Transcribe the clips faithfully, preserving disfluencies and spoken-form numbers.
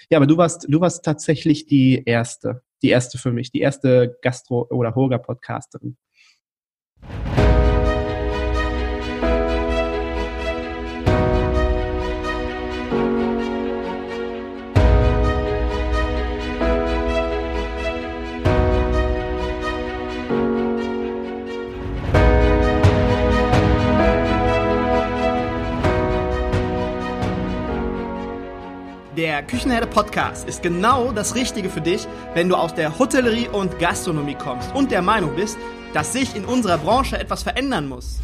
Ja, aber du warst, du warst tatsächlich die erste, die erste für mich, die erste Gastro- oder Hoga-Podcasterin. Der Küchenherde Podcast ist genau das Richtige für dich, wenn du aus der Hotellerie und Gastronomie kommst und der Meinung bist, dass sich in unserer Branche etwas verändern muss.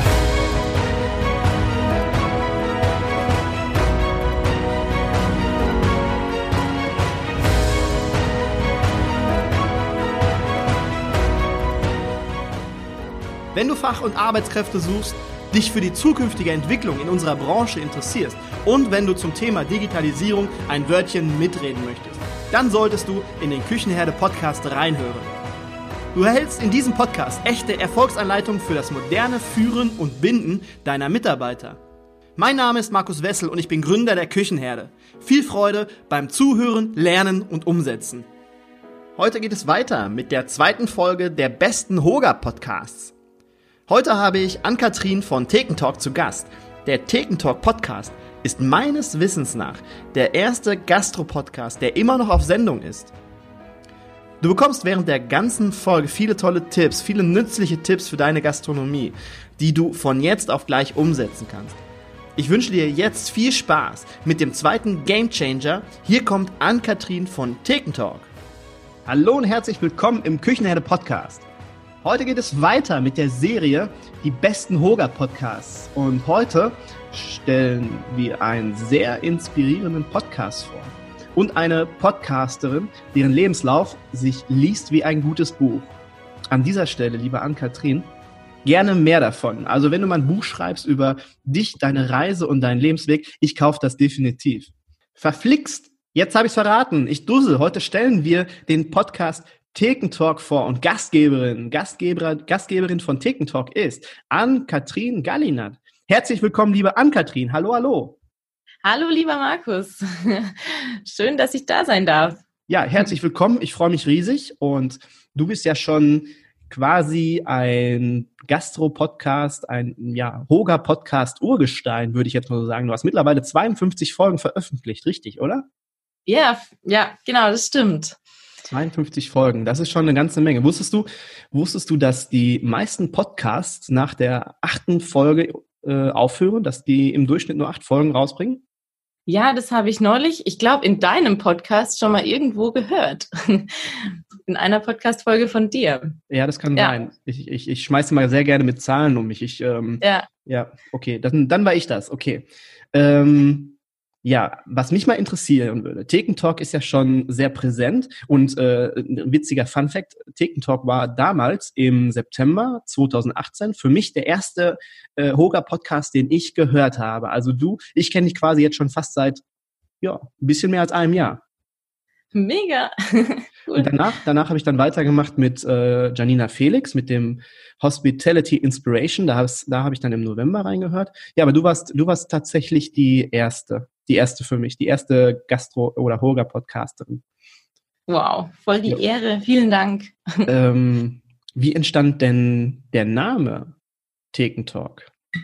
Wenn du Fach- und Arbeitskräfte suchst, dich für die zukünftige Entwicklung in unserer Branche interessierst und wenn du zum Thema Digitalisierung ein Wörtchen mitreden möchtest, dann solltest du in den Küchenherde Podcast reinhören. Du erhältst in diesem Podcast echte Erfolgsanleitungen für das moderne Führen und Binden deiner Mitarbeiter. Mein Name ist Markus Wessel und ich bin Gründer der Küchenherde. Viel Freude beim Zuhören, Lernen und Umsetzen. Heute geht es weiter mit der zweiten Folge der besten Hoga-Podcasts. Heute habe ich Ann-Kathrin von Thekentalk zu Gast. Der Thekentalk Podcast ist meines Wissens nach der erste Gastro-Podcast, der immer noch auf Sendung ist. Du bekommst während der ganzen Folge viele tolle Tipps, viele nützliche Tipps für deine Gastronomie, die du von jetzt auf gleich umsetzen kannst. Ich wünsche dir jetzt viel Spaß mit dem zweiten Gamechanger. Hier kommt Ann-Kathrin von Thekentalk. Hallo und herzlich willkommen im Küchenherde Podcast. Heute geht es weiter mit der Serie Die besten Hoga-Podcasts. Und heute stellen wir einen sehr inspirierenden Podcast vor. Und eine Podcasterin, deren Lebenslauf sich liest wie ein gutes Buch. An dieser Stelle, liebe Ann-Kathrin, gerne mehr davon. Also wenn du mal ein Buch schreibst über dich, deine Reise und deinen Lebensweg, ich kaufe das definitiv. Verflixt, jetzt habe ich es verraten. Ich dussel. Heute stellen wir den Podcast Thekentalk vor und Gastgeberin, Gastgeber, Gastgeberin von Thekentalk ist Ann-Kathrin Gallinat. Herzlich willkommen, liebe Ann-Kathrin. Hallo, hallo. Hallo, lieber Markus. Schön, dass ich da sein darf. Ja, herzlich willkommen. Ich freue mich riesig und du bist ja schon quasi ein Gastro-Podcast, ein ja, Hoga-Podcast-Urgestein, würde ich jetzt mal so sagen. Du hast mittlerweile zweiundfünfzig Folgen veröffentlicht, richtig, oder? Ja, ja, genau, das stimmt. zweiundfünfzig Folgen, das ist schon eine ganze Menge. Wusstest du, wusstest du, dass die meisten Podcasts nach der achten Folge äh, aufhören, dass die im Durchschnitt nur acht Folgen rausbringen? Ja, das habe ich neulich, ich glaube, in deinem Podcast schon mal irgendwo gehört. In einer Podcast-Folge von dir. Ja, das kann ja. sein. Ich, ich, ich schmeiße mal sehr gerne mit Zahlen um mich. Ich, ähm, ja. Ja, okay, dann, dann war ich das. Okay. Ähm, Ja, was mich mal interessieren würde, Thekentalk ist ja schon sehr präsent und äh, ein witziger Funfact, Thekentalk war damals im September zweitausendachtzehn für mich der erste äh, Hoga-Podcast, den ich gehört habe. Also du, ich kenne dich quasi jetzt schon fast seit, ja, ein bisschen mehr als einem Jahr. Mega. Cool. Und danach, danach habe ich dann weitergemacht mit äh, Janina Felix, mit dem Hospitality Inspiration, da, da habe ich dann im November reingehört. Ja, aber du warst, du warst tatsächlich die erste. Die erste für mich, die erste Gastro- oder Hoga-Podcasterin. Wow, voll die ja. Ehre. Vielen Dank. Ähm, wie entstand denn der Name Thekentalk?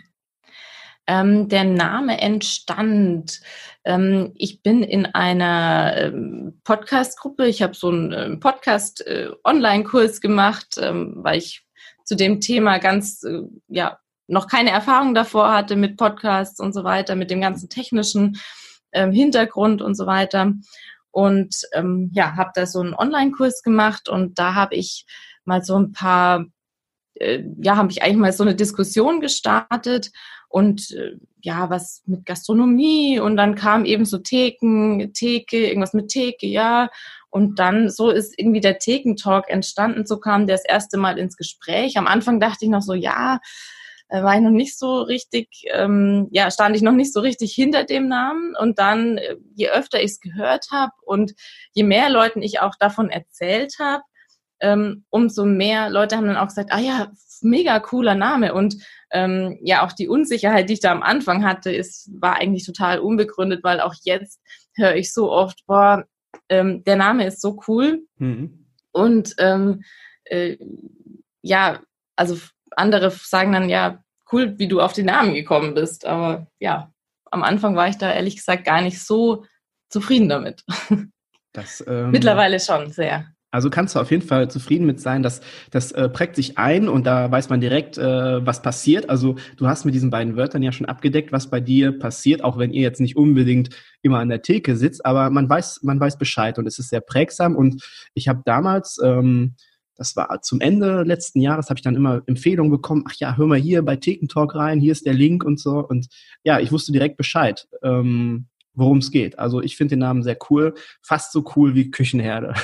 Ähm, der Name entstand, ähm, ich bin in einer ähm, Podcast-Gruppe, ich habe so einen ähm, Podcast-Online-Kurs äh, gemacht, ähm, weil ich zu dem Thema ganz, äh, ja, noch keine Erfahrung davor hatte mit Podcasts und so weiter, mit dem ganzen technischen ähm, Hintergrund und so weiter. Und ähm, ja, habe da so einen Online-Kurs gemacht und da habe ich mal so ein paar, äh, ja, habe ich eigentlich mal so eine Diskussion gestartet und äh, ja, was mit Gastronomie und dann kam eben so Theken, Theke, irgendwas mit Theke, ja. Und dann so ist irgendwie der Thekentalk entstanden, so kam der das erste Mal ins Gespräch. Am Anfang dachte ich noch so, ja, war ich noch nicht so richtig, ähm, ja, stand ich noch nicht so richtig hinter dem Namen. Und dann, je öfter ich es gehört habe und je mehr Leuten ich auch davon erzählt habe, ähm, umso mehr Leute haben dann auch gesagt, ah ja, mega cooler Name. Und ähm, ja, auch die Unsicherheit, die ich da am Anfang hatte, ist, war eigentlich total unbegründet, weil auch jetzt höre ich so oft, boah, ähm, der Name ist so cool. Mhm. Und ähm, äh, ja, also andere sagen dann, ja, cool, wie du auf den Namen gekommen bist. Aber ja, am Anfang war ich da ehrlich gesagt gar nicht so zufrieden damit. Das, ähm, Mittlerweile schon sehr. Also kannst du auf jeden Fall zufrieden mit sein, dass das äh, prägt sich ein und da weiß man direkt, äh, was passiert. Also du hast mit diesen beiden Wörtern ja schon abgedeckt, was bei dir passiert, auch wenn ihr jetzt nicht unbedingt immer an der Theke sitzt, aber man weiß, man weiß Bescheid und es ist sehr prägsam. Und ich habe damals, ähm, das war zum Ende letzten Jahres, habe ich dann immer Empfehlungen bekommen. Ach ja, hör mal hier bei Thekentalk rein, hier ist der Link und so. Und ja, ich wusste direkt Bescheid, ähm, worum es geht. Also ich finde den Namen sehr cool, fast so cool wie Küchenherde.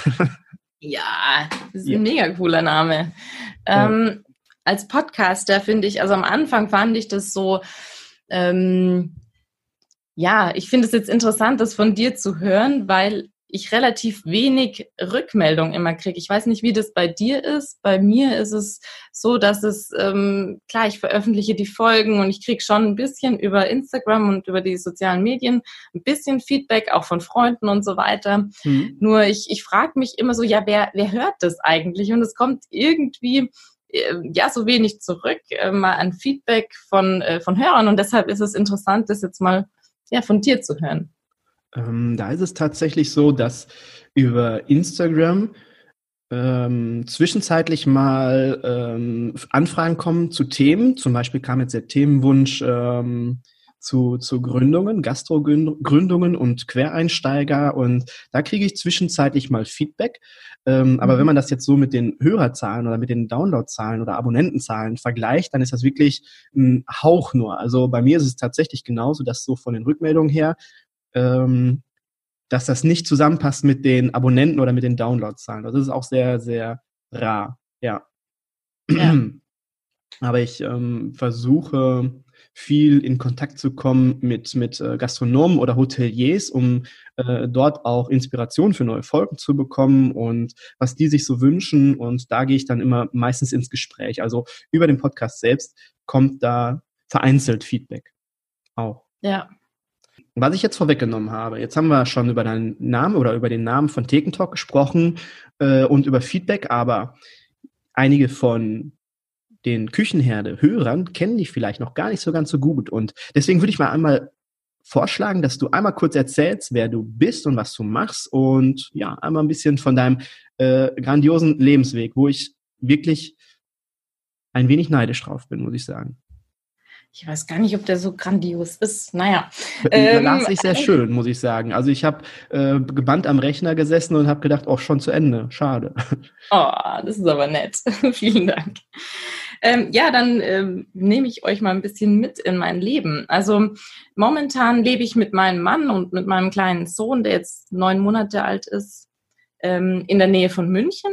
Ja, das ist ein ja. mega cooler Name. Ähm, ja. Als Podcaster finde ich, also am Anfang fand ich das so, ähm, ja, ich finde es jetzt interessant, das von dir zu hören, weil ich relativ wenig Rückmeldung immer kriege. Ich weiß nicht, wie das bei dir ist. Bei mir ist es so, dass es, ähm, klar, ich veröffentliche die Folgen und ich kriege schon ein bisschen über Instagram und über die sozialen Medien ein bisschen Feedback, auch von Freunden und so weiter. Mhm. Nur ich, ich frage mich immer so, ja, wer, wer hört das eigentlich? Und es kommt irgendwie äh, ja so wenig zurück, äh, mal an Feedback von, äh, von Hörern. Und deshalb ist es interessant, das jetzt mal ja, von dir zu hören. Ähm, da ist es tatsächlich so, dass über Instagram ähm, zwischenzeitlich mal ähm, Anfragen kommen zu Themen. Zum Beispiel kam jetzt der Themenwunsch ähm, zu, zu Gründungen, Gastrogründungen und Quereinsteiger. Und da kriege ich zwischenzeitlich mal Feedback. Ähm, mhm. Aber wenn man das jetzt so mit den Hörerzahlen oder mit den Downloadzahlen oder Abonnentenzahlen vergleicht, dann ist das wirklich ein Hauch nur. Also bei mir ist es tatsächlich genauso, dass so von den Rückmeldungen her Ähm, dass das nicht zusammenpasst mit den Abonnenten oder mit den Downloadzahlen. Das ist auch sehr, sehr rar, ja. ja. Aber ich ähm, versuche viel in Kontakt zu kommen mit, mit äh, Gastronomen oder Hoteliers, um äh, dort auch Inspiration für neue Folgen zu bekommen und was die sich so wünschen. Und da gehe ich dann immer meistens ins Gespräch. Also über den Podcast selbst kommt da vereinzelt Feedback auch. Ja. Was ich jetzt vorweggenommen habe, jetzt haben wir schon über deinen Namen oder über den Namen von Thekentalk gesprochen äh, und über Feedback, aber einige von den Küchenherde-Hörern kennen dich vielleicht noch gar nicht so ganz so gut und deswegen würde ich mal einmal vorschlagen, dass du einmal kurz erzählst, wer du bist und was du machst und ja, einmal ein bisschen von deinem äh, grandiosen Lebensweg, wo ich wirklich ein wenig neidisch drauf bin, muss ich sagen. Ich weiß gar nicht, ob der so grandios ist. Naja. Ähm, las ich sehr schön, muss ich sagen. Also ich habe äh, gebannt am Rechner gesessen und habe gedacht, auch schon zu Ende. Schade. Oh, das ist aber nett. Vielen Dank. Ähm, ja, dann ähm, nehme ich euch mal ein bisschen mit in mein Leben. Also momentan lebe ich mit meinem Mann und mit meinem kleinen Sohn, der jetzt neun Monate alt ist, ähm, in der Nähe von München.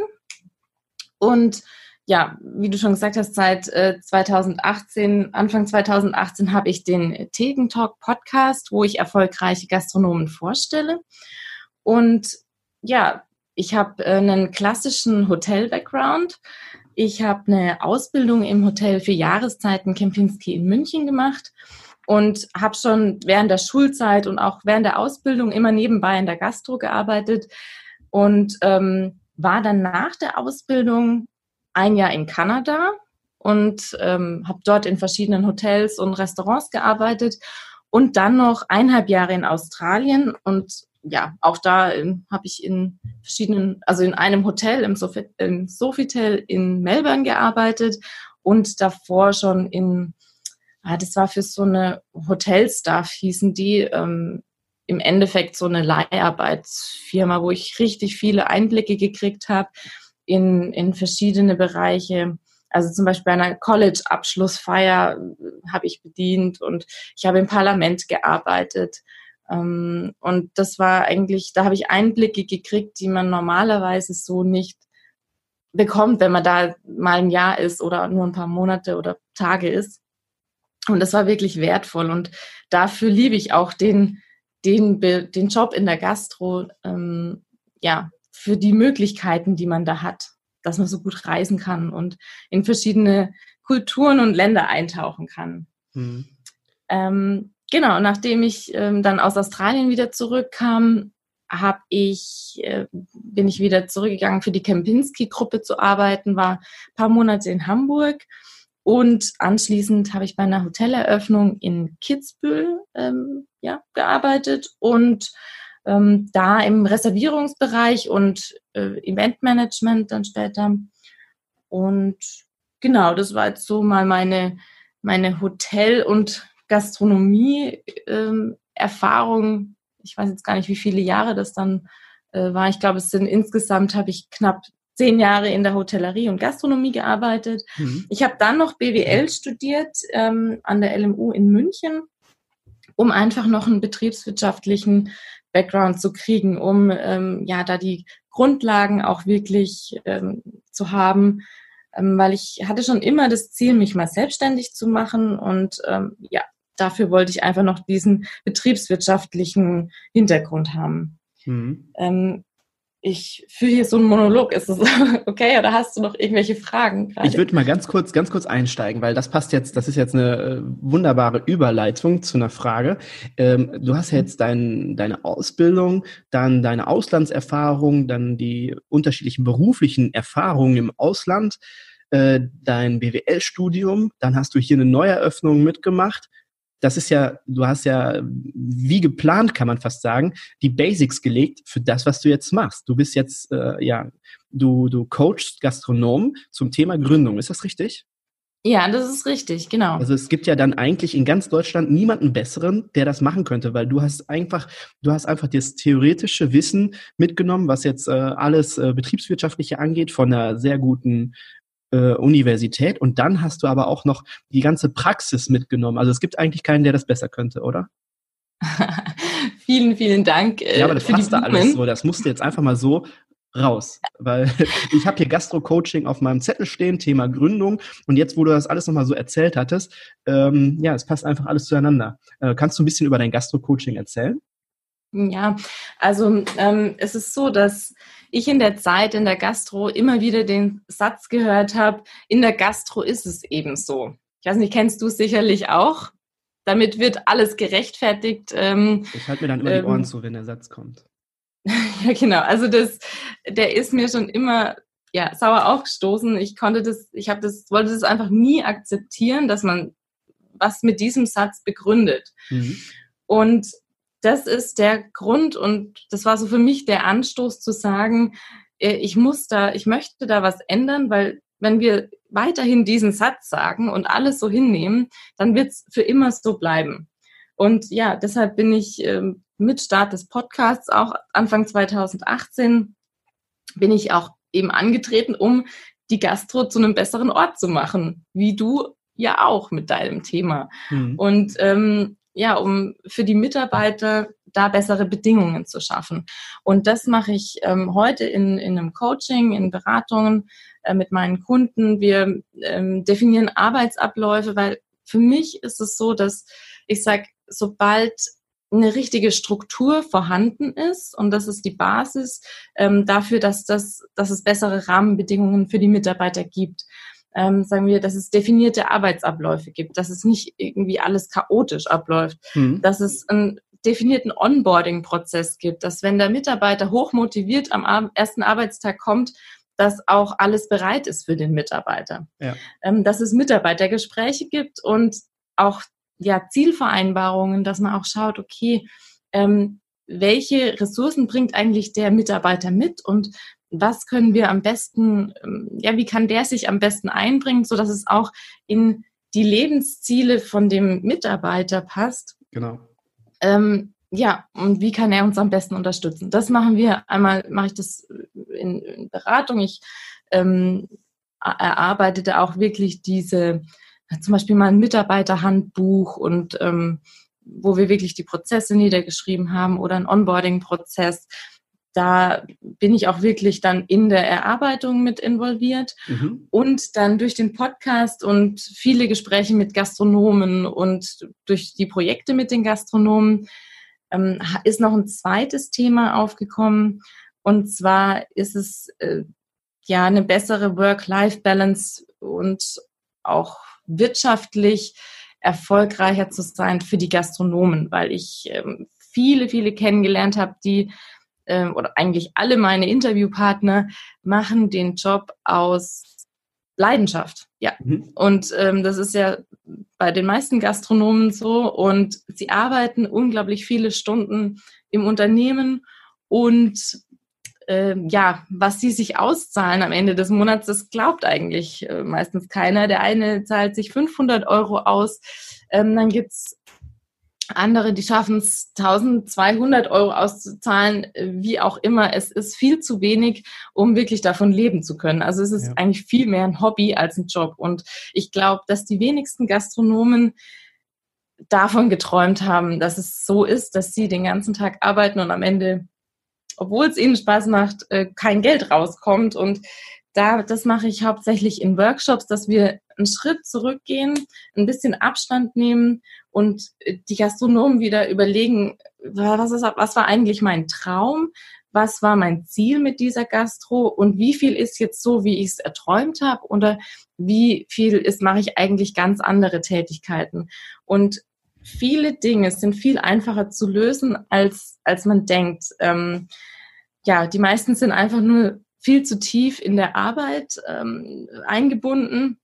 Und ja, wie du schon gesagt hast, seit äh, zweitausendachtzehn, Anfang zweitausendachtzehn habe ich den Thekentalk Podcast, wo ich erfolgreiche Gastronomen vorstelle. Und ja, ich habe äh, einen klassischen Hotel-Background. Ich habe eine Ausbildung im Hotel für Jahreszeiten Kempinski in München gemacht und habe schon während der Schulzeit und auch während der Ausbildung immer nebenbei in der Gastro gearbeitet und ähm, war dann nach der Ausbildung ein Jahr in Kanada und ähm, habe dort in verschiedenen Hotels und Restaurants gearbeitet und dann noch eineinhalb Jahre in Australien und ja, auch da ähm, habe ich in verschiedenen, also in einem Hotel, im, Sof- im Sofitel in Melbourne gearbeitet und davor schon in, ah, das war für so eine Hotelstaff, hießen die, ähm, im Endeffekt so eine Leiharbeitsfirma, wo ich richtig viele Einblicke gekriegt habe in, in verschiedene Bereiche. Also zum Beispiel bei einer College-Abschlussfeier habe ich bedient und ich habe im Parlament gearbeitet. Und das war eigentlich, da habe ich Einblicke gekriegt, die man normalerweise so nicht bekommt, wenn man da mal ein Jahr ist oder nur ein paar Monate oder Tage ist. Und das war wirklich wertvoll. Und dafür liebe ich auch den, den, den Job in der Gastro, ähm, ja, für die Möglichkeiten, die man da hat, dass man so gut reisen kann und in verschiedene Kulturen und Länder eintauchen kann. Mhm. Ähm, genau, nachdem ich ähm, dann aus Australien wieder zurückkam, habe ich, äh, bin ich wieder zurückgegangen, für die Kempinski-Gruppe zu arbeiten, war ein paar Monate in Hamburg und anschließend habe ich bei einer Hoteleröffnung in Kitzbühel ähm, ja, gearbeitet und ähm, da im Reservierungsbereich und äh, Eventmanagement dann später. Und genau, das war jetzt so mal meine, meine Hotel- und Gastronomie-Erfahrung. Ähm, ich weiß jetzt gar nicht, wie viele Jahre das dann äh, war. Ich glaube, es sind insgesamt habe ich knapp zehn Jahre in der Hotellerie und Gastronomie gearbeitet. Mhm. Ich habe dann noch B W L studiert ähm, an der L M U in München, um einfach noch einen betriebswirtschaftlichen Background zu kriegen, um ähm, ja da die Grundlagen auch wirklich ähm, zu haben, ähm, weil ich hatte schon immer das Ziel, mich mal selbstständig zu machen und ähm, ja, dafür wollte ich einfach noch diesen betriebswirtschaftlichen Hintergrund haben. Mhm. Ähm, ich führe hier so einen Monolog. Ist das okay oder hast du noch irgendwelche Fragen gerade? Ich würde mal ganz kurz, ganz kurz einsteigen, weil das passt jetzt, das ist jetzt eine äh, wunderbare Überleitung zu einer Frage. Ähm, du hast ja jetzt dein, deine Ausbildung, dann deine Auslandserfahrung, dann die unterschiedlichen beruflichen Erfahrungen im Ausland, äh, dein B W L-Studium, dann hast du hier eine Neueröffnung mitgemacht. Das ist ja, du hast ja wie geplant, kann man fast sagen, die Basics gelegt für das, was du jetzt machst. Du bist jetzt, äh, ja, du, du coachst Gastronomen zum Thema Gründung. Ist das richtig? Ja, das ist richtig, genau. Also es gibt ja dann eigentlich in ganz Deutschland niemanden Besseren, der das machen könnte, weil du hast einfach, du hast einfach das theoretische Wissen mitgenommen, was jetzt äh, alles äh, Betriebswirtschaftliche angeht, von einer sehr guten Äh, Universität, und dann hast du aber auch noch die ganze Praxis mitgenommen. Also es gibt eigentlich keinen, der das besser könnte, oder? vielen, vielen Dank äh, ja, aber das für die passt da alles so. Das musste jetzt einfach mal so raus, weil ich habe hier Gastro-Coaching auf meinem Zettel stehen, Thema Gründung, und jetzt, wo du das alles nochmal so erzählt hattest, ähm, ja, es passt einfach alles zueinander. Äh, kannst du ein bisschen über dein Gastro-Coaching erzählen? Ja, also ähm, es ist so, dass ich in der Zeit in der Gastro immer wieder den Satz gehört habe, in der Gastro ist es eben so. Ich weiß nicht, kennst du es sicherlich auch? Damit wird alles gerechtfertigt. Ähm, ich halte mir dann immer ähm, die Ohren zu, wenn der Satz kommt. Ja, genau. Also das, der ist mir schon immer ja, sauer aufgestoßen. Ich konnte das, ich habe das, wollte das einfach nie akzeptieren, dass man was mit diesem Satz begründet. Mhm. Und das ist der Grund, und das war so für mich der Anstoß zu sagen, ich muss da, ich möchte da was ändern, weil wenn wir weiterhin diesen Satz sagen und alles so hinnehmen, dann wird es für immer so bleiben. Und ja, deshalb bin ich ähm, mit Start des Podcasts auch Anfang zweitausendachtzehn bin ich auch eben angetreten, um die Gastro zu einem besseren Ort zu machen, wie du ja auch mit deinem Thema. Mhm. Und ähm, ja, um für die Mitarbeiter da bessere Bedingungen zu schaffen. Und das mache ich ähm, heute in, in einem Coaching, in Beratungen äh, mit meinen Kunden. Wir ähm, definieren Arbeitsabläufe, weil für mich ist es so, dass ich sage, sobald eine richtige Struktur vorhanden ist, und das ist die Basis ähm, dafür, dass, das, dass es bessere Rahmenbedingungen für die Mitarbeiter gibt. Ähm, sagen wir, dass es definierte Arbeitsabläufe gibt, dass es nicht irgendwie alles chaotisch abläuft, mhm. dass es einen definierten Onboarding-Prozess gibt, dass wenn der Mitarbeiter hochmotiviert am Ar- ersten Arbeitstag kommt, dass auch alles bereit ist für den Mitarbeiter. Ja. Ähm, dass es Mitarbeitergespräche gibt und auch ja, Zielvereinbarungen, dass man auch schaut, okay, ähm, welche Ressourcen bringt eigentlich der Mitarbeiter mit und was können wir am besten, ja, wie kann der sich am besten einbringen, so dass es auch in die Lebensziele von dem Mitarbeiter passt. Genau. Ähm, ja, und wie kann er uns am besten unterstützen? Das machen wir. Einmal mache ich das in, in Beratung. Ich ähm, erarbeitete auch wirklich diese, zum Beispiel mal ein Mitarbeiterhandbuch und ähm, wo wir wirklich die Prozesse niedergeschrieben haben oder ein Onboarding-Prozess. Da bin ich auch wirklich dann in der Erarbeitung mit involviert. Mhm. Und dann durch den Podcast und viele Gespräche mit Gastronomen und durch die Projekte mit den Gastronomen ähm, ist noch ein zweites Thema aufgekommen. Und zwar ist es äh, ja eine bessere Work-Life-Balance und auch wirtschaftlich erfolgreicher zu sein für die Gastronomen, weil ich ähm, viele, viele kennengelernt habe, die, ähm, oder eigentlich alle meine Interviewpartner machen den Job aus Leidenschaft, ja. Mhm. Und ähm, das ist ja bei den meisten Gastronomen so. Und sie arbeiten unglaublich viele Stunden im Unternehmen. Und äh, ja, was sie sich auszahlen am Ende des Monats, das glaubt eigentlich äh, meistens keiner. Der eine zahlt sich fünfhundert Euro aus. Ähm, dann gibt's andere, die schaffen es, eintausendzweihundert Euro auszuzahlen, wie auch immer. Es ist viel zu wenig, um wirklich davon leben zu können. Also es ist ja. eigentlich viel mehr ein Hobby als ein Job. Und ich glaube, dass die wenigsten Gastronomen davon geträumt haben, dass es so ist, dass sie den ganzen Tag arbeiten und am Ende, obwohl es ihnen Spaß macht, kein Geld rauskommt. Und da, das mache ich hauptsächlich in Workshops, dass wir einen Schritt zurückgehen, ein bisschen Abstand nehmen und die Gastronomen wieder überlegen, was, ist, was war eigentlich mein Traum, was war mein Ziel mit dieser Gastro und wie viel ist jetzt so, wie ich es erträumt habe oder wie viel ist, mache ich eigentlich ganz andere Tätigkeiten. Und viele Dinge sind viel einfacher zu lösen, als, als man denkt. Ähm, ja, die meisten sind einfach nur viel zu tief in der Arbeit ähm, eingebunden.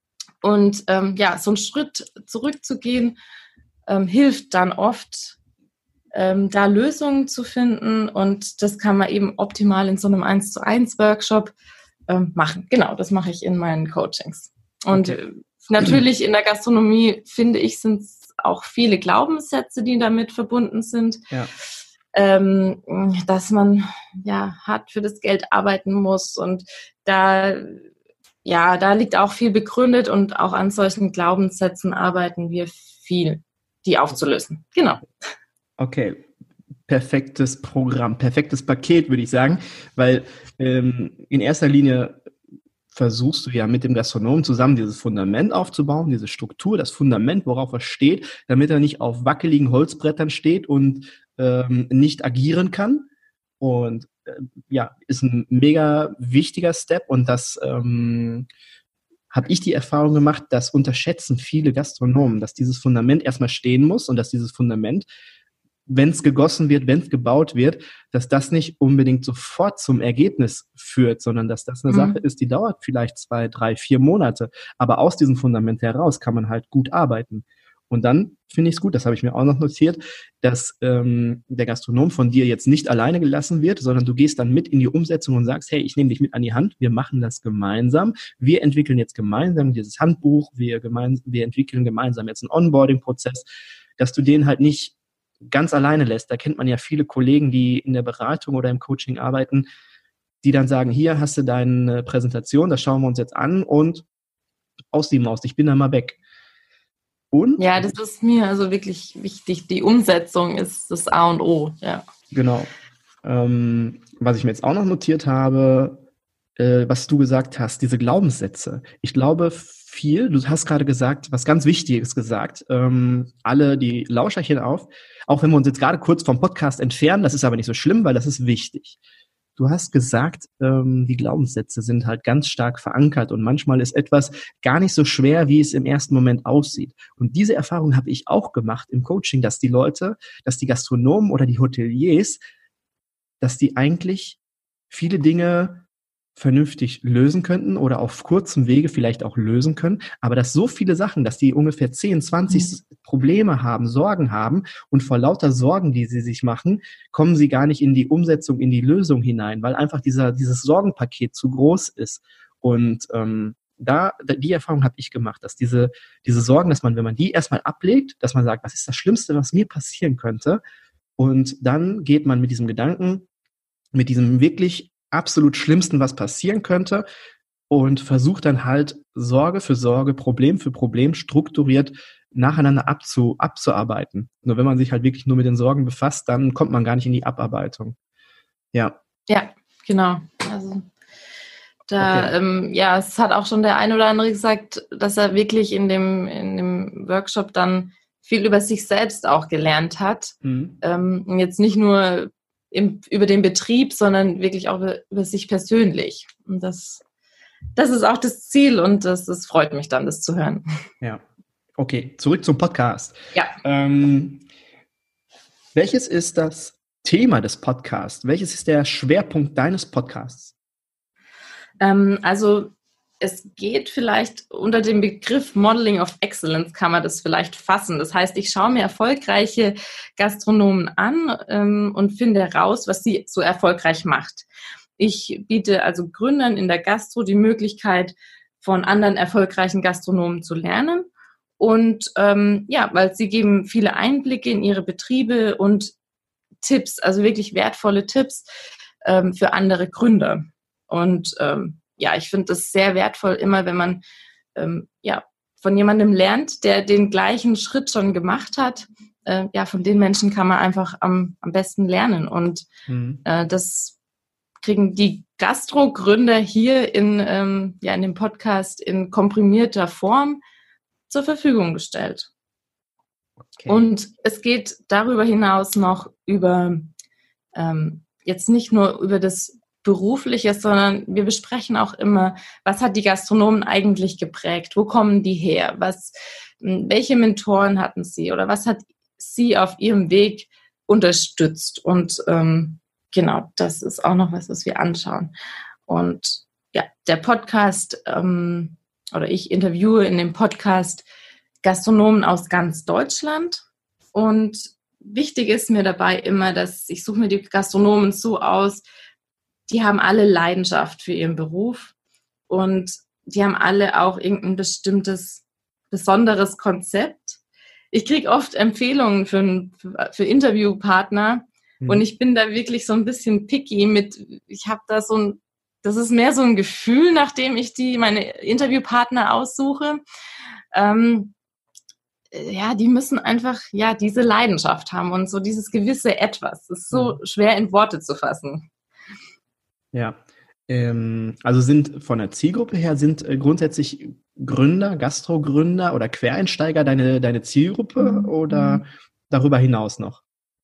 Und ähm, ja, so einen Schritt zurückzugehen, ähm, hilft dann oft, ähm, da Lösungen zu finden. Und das kann man eben optimal in so einem eins zu eins Workshop ähm, machen. Genau, das mache ich in meinen Coachings. Und okay. äh, natürlich in der Gastronomie, finde ich, sind es auch viele Glaubenssätze, die damit verbunden sind. Ja. Ähm, dass man ja hart für das Geld arbeiten muss und da ja, da liegt auch viel begründet und auch an solchen Glaubenssätzen arbeiten wir viel, die aufzulösen. Genau. Okay, perfektes Programm, perfektes Paket, würde ich sagen, weil ähm, in erster Linie versuchst du ja mit dem Gastronomen zusammen dieses Fundament aufzubauen, diese Struktur, das Fundament, worauf er steht, damit er nicht auf wackeligen Holzbrettern steht und ähm, nicht agieren kann. Und äh, ja, ist ein mega wichtiger Step und das ähm, habe ich die Erfahrung gemacht, das unterschätzen viele Gastronomen, dass dieses Fundament erstmal stehen muss und dass dieses Fundament, wenn es gegossen wird, wenn es gebaut wird, dass das nicht unbedingt sofort zum Ergebnis führt, sondern dass das eine mhm. Sache ist, die dauert vielleicht zwei, drei, vier Monate. Aber aus diesem Fundament heraus kann man halt gut arbeiten. Und dann finde ich es gut, das habe ich mir auch noch notiert, dass ähm, der Gastronom von dir jetzt nicht alleine gelassen wird, sondern du gehst dann mit in die Umsetzung und sagst, hey, ich nehme dich mit an die Hand, wir machen das gemeinsam, wir entwickeln jetzt gemeinsam dieses Handbuch, wir, gemein, wir entwickeln gemeinsam jetzt einen Onboarding-Prozess, dass du den halt nicht ganz alleine lässt. Da kennt man ja viele Kollegen, die in der Beratung oder im Coaching arbeiten, die dann sagen, hier hast du deine Präsentation, das schauen wir uns jetzt an und aus die Maus, ich bin dann mal weg. Und? Ja, das ist mir also wirklich wichtig. Die Umsetzung ist das A und O, ja. Genau. Ähm, was ich mir jetzt auch noch notiert habe, äh, was du gesagt hast, diese Glaubenssätze. Ich glaube viel, du hast gerade gesagt, was ganz Wichtiges gesagt, ähm, alle die Lauscherchen auf, auch wenn wir uns jetzt gerade kurz vom Podcast entfernen, das ist aber nicht so schlimm, weil das ist wichtig. Du hast gesagt, ähm, die Glaubenssätze sind halt ganz stark verankert und manchmal ist etwas gar nicht so schwer, wie es im ersten Moment aussieht. Und diese Erfahrung habe ich auch gemacht im Coaching, dass die Leute, dass die Gastronomen oder die Hoteliers, dass die eigentlich viele Dinge vernünftig lösen könnten oder auf kurzem Wege vielleicht auch lösen können, aber dass so viele Sachen, dass die ungefähr zehn, zwanzig mhm. Probleme haben, Sorgen haben und vor lauter Sorgen, die sie sich machen, kommen sie gar nicht in die Umsetzung, in die Lösung hinein, weil einfach dieser dieses Sorgenpaket zu groß ist. Und ähm, da die Erfahrung habe ich gemacht, dass diese diese Sorgen, dass man, wenn man die erstmal ablegt, dass man sagt, was ist das Schlimmste, was mir passieren könnte, und dann geht man mit diesem Gedanken, mit diesem wirklich absolut Schlimmsten, was passieren könnte, und versucht dann halt Sorge für Sorge, Problem für Problem strukturiert nacheinander abzu, abzuarbeiten. Nur wenn man sich halt wirklich nur mit den Sorgen befasst, dann kommt man gar nicht in die Abarbeitung. Ja. Ja, genau. Also da, okay. ähm, ja, es hat auch schon der ein oder andere gesagt, dass er wirklich in dem, in dem Workshop dann viel über sich selbst auch gelernt hat. Mhm. Ähm, jetzt nicht nur Im, über den Betrieb, sondern wirklich auch über, über sich persönlich. Und das, das ist auch das Ziel und das, das freut mich dann, das zu hören. Ja, Okay, zurück zum Podcast. Ja. Ähm, welches ist das Thema des Podcasts? Welches ist der Schwerpunkt deines Podcasts? Ähm, also es geht vielleicht unter dem Begriff Modeling of Excellence, kann man das vielleicht fassen. Das heißt, ich schaue mir erfolgreiche Gastronomen an ähm, und finde heraus, was sie so erfolgreich macht. Ich biete also Gründern in der Gastro die Möglichkeit, von anderen erfolgreichen Gastronomen zu lernen. Und ähm, ja, weil sie geben viele Einblicke in ihre Betriebe und Tipps, also wirklich wertvolle Tipps ähm, für andere Gründer. Und ähm, ja, ich finde das sehr wertvoll, immer wenn man ähm, ja, von jemandem lernt, der den gleichen Schritt schon gemacht hat. Äh, ja, von den Menschen kann man einfach am, am besten lernen. Und mhm. äh, das kriegen die Gastro-Gründer hier in, ähm, ja, in dem Podcast in komprimierter Form zur Verfügung gestellt. Okay. Und es geht darüber hinaus noch über, ähm, jetzt nicht nur über das Berufliche, sondern wir besprechen auch immer, was hat die Gastronomen eigentlich geprägt? Wo kommen die her? Was, welche Mentoren hatten sie? Oder was hat sie auf ihrem Weg unterstützt? Und ähm, genau, das ist auch noch was, was wir anschauen. Und ja, der Podcast, ähm, oder ich interviewe in dem Podcast Gastronomen aus ganz Deutschland. Und wichtig ist mir dabei immer, dass ich suche mir die Gastronomen so aus, die haben alle Leidenschaft für ihren Beruf und die haben alle auch irgendein bestimmtes, besonderes Konzept. Ich kriege oft Empfehlungen für, für, für Interviewpartner mhm. und ich bin da wirklich so ein bisschen picky mit, ich habe da so ein, das ist mehr so ein Gefühl, nachdem ich die, meine Interviewpartner aussuche. Ähm, ja, die müssen einfach, ja, diese Leidenschaft haben und so dieses gewisse Etwas. Das ist so mhm. schwer in Worte zu fassen. Ja, ähm, also sind von der Zielgruppe her, sind äh, grundsätzlich Gründer, Gastrogründer oder Quereinsteiger deine, deine Zielgruppe mhm. oder darüber hinaus noch?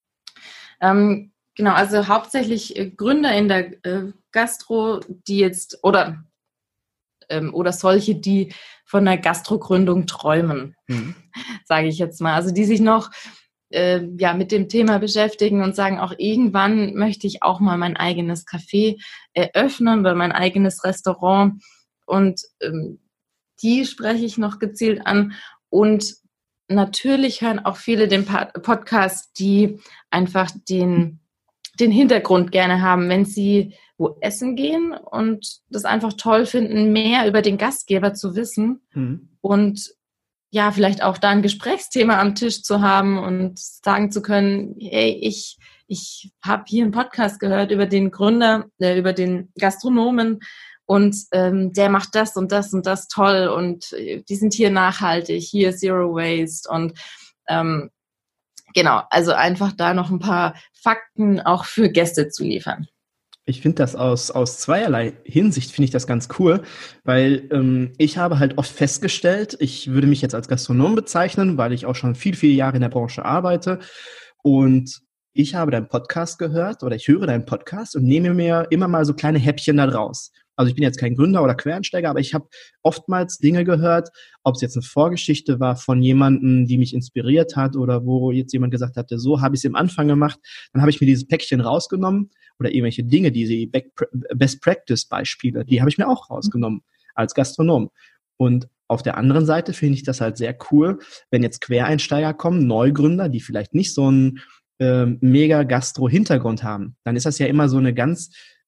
Ähm, genau, also hauptsächlich äh, Gründer in der äh, Gastro, die jetzt, oder, ähm, oder solche, die von der Gastrogründung träumen, mhm. sage ich jetzt mal. Also die sich noch äh, ja, mit dem Thema beschäftigen und sagen, auch irgendwann möchte ich auch mal mein eigenes Café eröffnen oder mein eigenes Restaurant. Und ähm, die spreche ich noch gezielt an. Und natürlich hören auch viele den Podcast, die einfach den, den Hintergrund gerne haben, wenn sie wo essen gehen und das einfach toll finden, mehr über den Gastgeber zu wissen mhm. und ja, vielleicht auch da ein Gesprächsthema am Tisch zu haben und sagen zu können, hey, ich, ich habe hier einen Podcast gehört über den Gründer, äh, über den Gastronomen und ähm, der macht das und das und das toll und die sind hier nachhaltig, hier Zero Waste und ähm, genau, also einfach da noch ein paar Fakten auch für Gäste zu liefern. Ich finde das aus, aus zweierlei Hinsicht, finde ich das ganz cool, weil ähm, ich habe halt oft festgestellt, ich würde mich jetzt als Gastronom bezeichnen, weil ich auch schon viele, viele Jahre in der Branche arbeite und ich habe deinen Podcast gehört oder ich höre deinen Podcast und nehme mir immer mal so kleine Häppchen da draus. Also ich bin jetzt kein Gründer oder Quereinsteiger, aber ich habe oftmals Dinge gehört, ob es jetzt eine Vorgeschichte war von jemandem, die mich inspiriert hat oder wo jetzt jemand gesagt hatte, so habe ich es am Anfang gemacht, dann habe ich mir dieses Päckchen rausgenommen oder irgendwelche Dinge, diese Best-Practice-Beispiele, die habe ich mir auch rausgenommen als Gastronom. Und auf der anderen Seite finde ich das halt sehr cool, wenn jetzt Quereinsteiger kommen, Neugründer, die vielleicht nicht so einen äh, mega Gastro-Hintergrund haben, dann ist das ja immer so eine ganz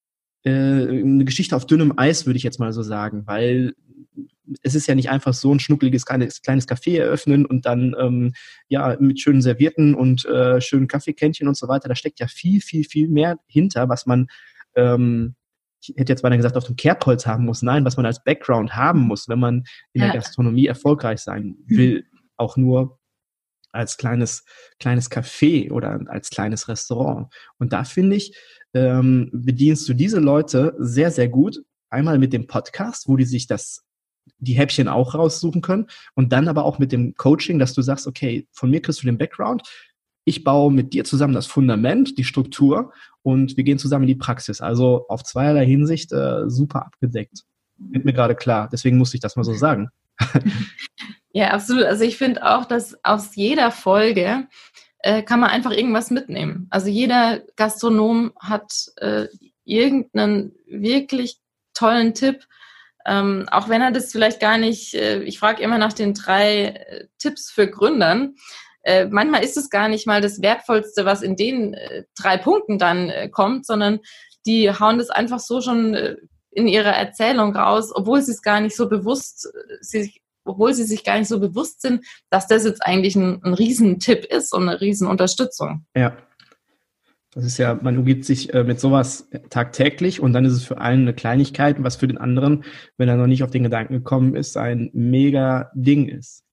eine Geschichte auf dünnem Eis, würde ich jetzt mal so sagen, weil es ist ja nicht einfach so ein schnuckeliges kleines, kleines Café eröffnen und dann ähm, ja mit schönen Servietten und äh, schönen Kaffeekännchen und so weiter. Da steckt ja viel, viel, viel mehr hinter, was man, ähm, ich hätte jetzt beinahe gesagt, auf dem Kerbholz haben muss. Nein, was man als Background haben muss, wenn man in ja. der Gastronomie erfolgreich sein will. Auch nur als kleines, kleines Café oder als kleines Restaurant. Und da finde ich, ähm, bedienst du diese Leute sehr, sehr gut. Einmal mit dem Podcast, wo die sich das, die Häppchen auch raussuchen können und dann aber auch mit dem Coaching, dass du sagst, okay, von mir kriegst du den Background, ich baue mit dir zusammen das Fundament, die Struktur und wir gehen zusammen in die Praxis. Also auf zweierlei Hinsicht äh, super abgedeckt. Wird mir gerade klar, deswegen musste ich das mal so sagen. Ja, absolut. Also ich finde auch, dass aus jeder Folge äh, kann man einfach irgendwas mitnehmen. Also jeder Gastronom hat äh, irgendeinen wirklich tollen Tipp, ähm, auch wenn er das vielleicht gar nicht, äh, ich frage immer nach den drei äh, Tipps für Gründern. Äh, manchmal ist es gar nicht mal das Wertvollste, was in den äh, drei Punkten dann äh, kommt, sondern die hauen das einfach so schon äh, in ihrer Erzählung raus, obwohl sie es gar nicht so bewusst, sie, obwohl sie sich gar nicht so bewusst sind, dass das jetzt eigentlich ein, ein Riesentipp ist und eine Riesenunterstützung. Ja, das ist ja, man umgibt sich äh, mit sowas tagtäglich und dann ist es für einen eine Kleinigkeit, was für den anderen, wenn er noch nicht auf den Gedanken gekommen ist, ein mega Ding ist.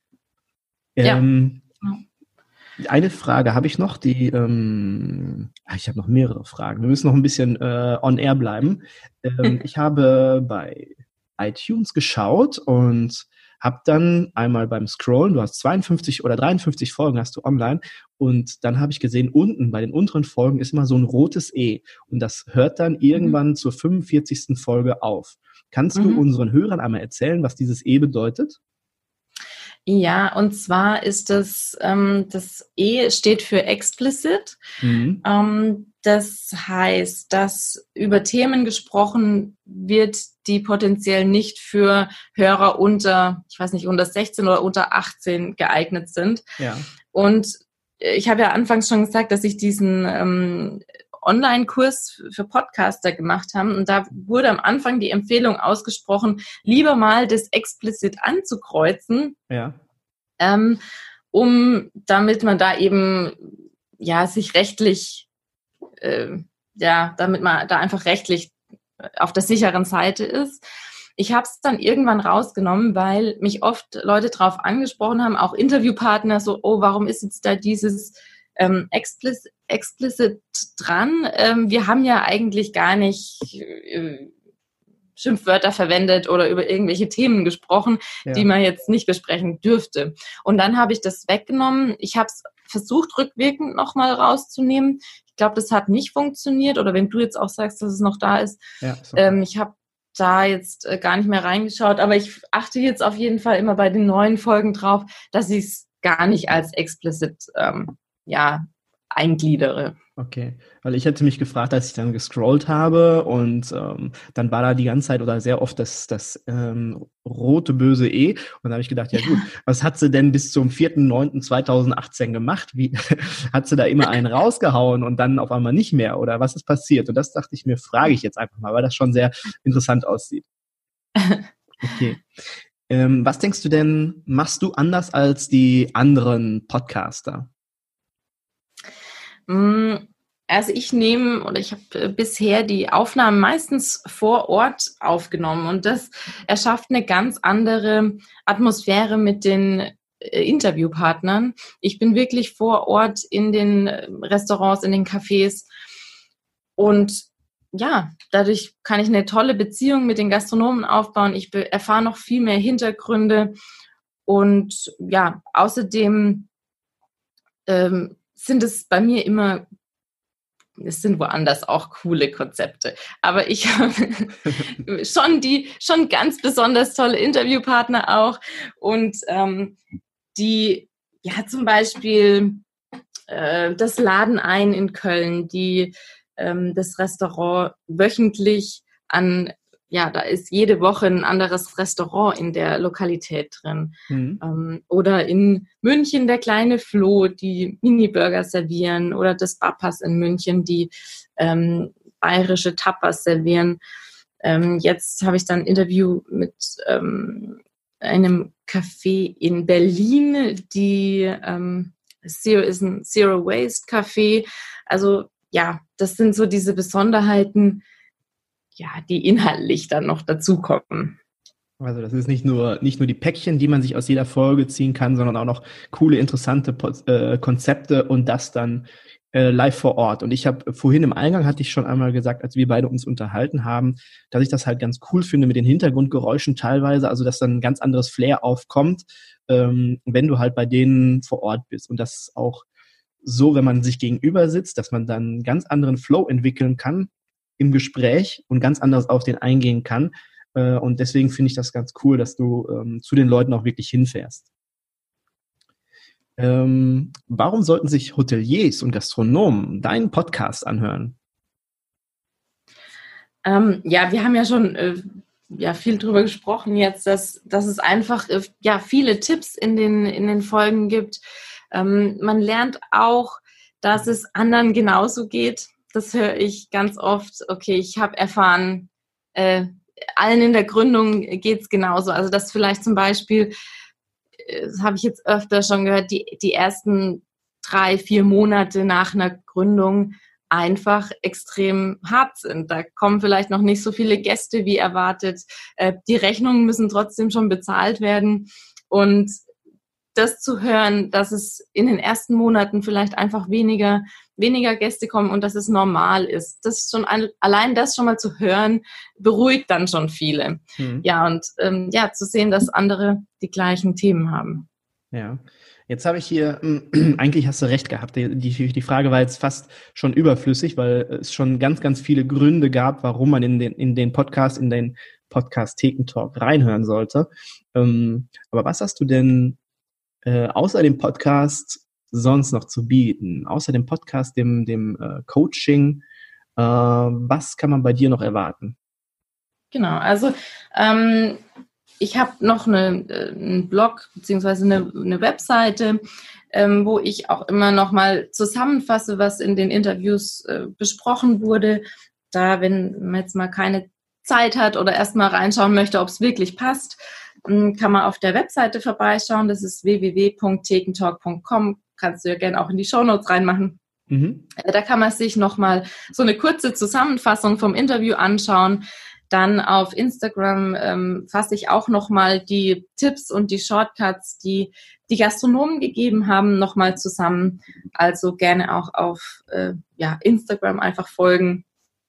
Ähm, ja. Eine Frage habe ich noch, die, ähm, ich habe noch mehrere Fragen. Wir müssen noch ein bisschen äh, on air bleiben. Ähm, ich habe bei iTunes geschaut und habe dann einmal beim Scrollen, du hast zweiundfünfzig oder dreiundfünfzig Folgen hast du online und dann habe ich gesehen, unten bei den unteren Folgen ist immer so ein rotes E und das hört dann irgendwann mhm. zur fünfundvierzigsten Folge auf. Kannst mhm. du unseren Hörern einmal erzählen, was dieses E bedeutet? Ja, und zwar ist das, ähm, das E steht für explicit. Mhm. Ähm, das heißt, dass über Themen gesprochen wird, die potenziell nicht für Hörer unter, ich weiß nicht, unter sechzehn oder unter achtzehn geeignet sind. Ja. Und ich habe ja anfangs schon gesagt, dass ich diesen ähm, Online-Kurs für Podcaster gemacht habe. Und da wurde am Anfang die Empfehlung ausgesprochen, lieber mal das explizit anzukreuzen, ja. ähm, um, damit man da eben, ja, sich rechtlich, äh, ja, damit man da einfach rechtlich auf der sicheren Seite ist. Ich habe es dann irgendwann rausgenommen, weil mich oft Leute drauf angesprochen haben, auch Interviewpartner, so, oh, warum ist jetzt da dieses ähm, explicit, explicit dran? Ähm, wir haben ja eigentlich gar nicht äh, Schimpfwörter verwendet oder über irgendwelche Themen gesprochen, ja. die man jetzt nicht besprechen dürfte. Und dann habe ich das weggenommen. Ich habe es versucht, rückwirkend nochmal rauszunehmen. Ich glaube, das hat nicht funktioniert. Oder wenn du jetzt auch sagst, dass es noch da ist. Ja, so. ähm, ich habe da jetzt äh, gar nicht mehr reingeschaut, aber ich achte jetzt auf jeden Fall immer bei den neuen Folgen drauf, dass ich es gar nicht als explicit ähm, ja, eingliedere. Okay, weil ich hätte mich gefragt, als ich dann gescrollt habe und ähm, dann war da die ganze Zeit oder sehr oft das, das ähm, rote böse E und dann habe ich gedacht, ja gut, was hat sie denn bis zum vierten neunten zweitausendachtzehn gemacht? Wie hat sie da immer einen rausgehauen und dann auf einmal nicht mehr oder was ist passiert? Und das dachte ich mir, frage ich jetzt einfach mal, weil das schon sehr interessant aussieht. Okay. Ähm, was denkst du denn, machst du anders als die anderen Podcaster? Also ich nehme oder ich habe bisher die Aufnahmen meistens vor Ort aufgenommen und das erschafft eine ganz andere Atmosphäre mit den Interviewpartnern. Ich bin wirklich vor Ort in den Restaurants, in den Cafés und ja, dadurch kann ich eine tolle Beziehung mit den Gastronomen aufbauen. Ich erfahre noch viel mehr Hintergründe und ja, außerdem ähm, sind es bei mir immer, es sind woanders auch coole Konzepte, aber ich habe schon die, schon ganz besonders tolle Interviewpartner auch und ähm, die, ja zum Beispiel äh, das Laden ein in Köln, die ähm, das Restaurant wöchentlich an, ja, da ist jede Woche ein anderes Restaurant in der Lokalität drin. Mhm. Ähm, oder in München der kleine Flo, die Mini-Burger servieren. Oder das Bapas in München, die ähm, bayerische Tapas servieren. Ähm, jetzt habe ich dann ein Interview mit ähm, einem Café in Berlin, die ähm, Zero ist ein Zero Waste Café. Also ja, das sind so diese Besonderheiten, ja, die inhaltlich dann noch dazukommen. Also das ist nicht nur nicht nur die Päckchen, die man sich aus jeder Folge ziehen kann, sondern auch noch coole, interessante äh, Konzepte und das dann äh, live vor Ort. Und ich habe vorhin im Eingang, hatte ich schon einmal gesagt, als wir beide uns unterhalten haben, dass ich das halt ganz cool finde mit den Hintergrundgeräuschen teilweise, also dass dann ein ganz anderes Flair aufkommt, ähm, wenn du halt bei denen vor Ort bist. Und das auch so, wenn man sich gegenüber sitzt, dass man dann einen ganz anderen Flow entwickeln kann im Gespräch und ganz anders auf den eingehen kann, Äh, und deswegen finde ich das ganz cool, dass du ähm, zu den Leuten auch wirklich hinfährst. Ähm, warum sollten sich Hoteliers und Gastronomen deinen Podcast anhören? Ähm, ja, wir haben ja schon äh, ja, viel drüber gesprochen jetzt, dass, dass es einfach äh, ja, viele Tipps in den, in den Folgen gibt. Ähm, man lernt auch, dass es anderen genauso geht. Das höre ich ganz oft. Okay, ich habe erfahren, äh, allen in der Gründung geht es genauso. Also dass vielleicht zum Beispiel, das habe ich jetzt öfter schon gehört, die, die ersten drei, vier Monate nach einer Gründung einfach extrem hart sind. Da kommen vielleicht noch nicht so viele Gäste wie erwartet. Die Rechnungen müssen trotzdem schon bezahlt werden. Und das zu hören, dass es in den ersten Monaten vielleicht einfach weniger, weniger Gäste kommen und dass es normal ist. Das ist schon ein, allein das schon mal zu hören, beruhigt dann schon viele. Mhm. Ja, und ähm, ja, zu sehen, dass andere die gleichen Themen haben. Ja. Jetzt habe ich hier, äh, eigentlich hast du recht gehabt, die, die, die Frage war jetzt fast schon überflüssig, weil es schon ganz, ganz viele Gründe gab, warum man in den, in den Podcast, in den Podcast Thekentalk reinhören sollte. Ähm, aber was hast du denn äh, außer dem Podcast sonst noch zu bieten? Außer dem Podcast, dem, dem äh, Coaching, äh, was kann man bei dir noch erwarten? Genau, also ähm, ich habe noch eine, einen Blog beziehungsweise eine, eine Webseite, ähm, wo ich auch immer noch mal zusammenfasse, was in den Interviews äh, besprochen wurde. Da, wenn man jetzt mal keine Zeit hat oder erst mal reinschauen möchte, ob es wirklich passt, kann man auf der Webseite vorbeischauen. Das ist w w w punkt thekentalk punkt com. Kannst du ja gerne auch in die Shownotes reinmachen. Mhm. Da kann man sich noch mal so eine kurze Zusammenfassung vom Interview anschauen. Dann auf Instagram ähm, fasse ich auch nochmal die Tipps und die Shortcuts, die die Gastronomen gegeben haben, nochmal zusammen. Also gerne auch auf äh, ja, Instagram einfach folgen.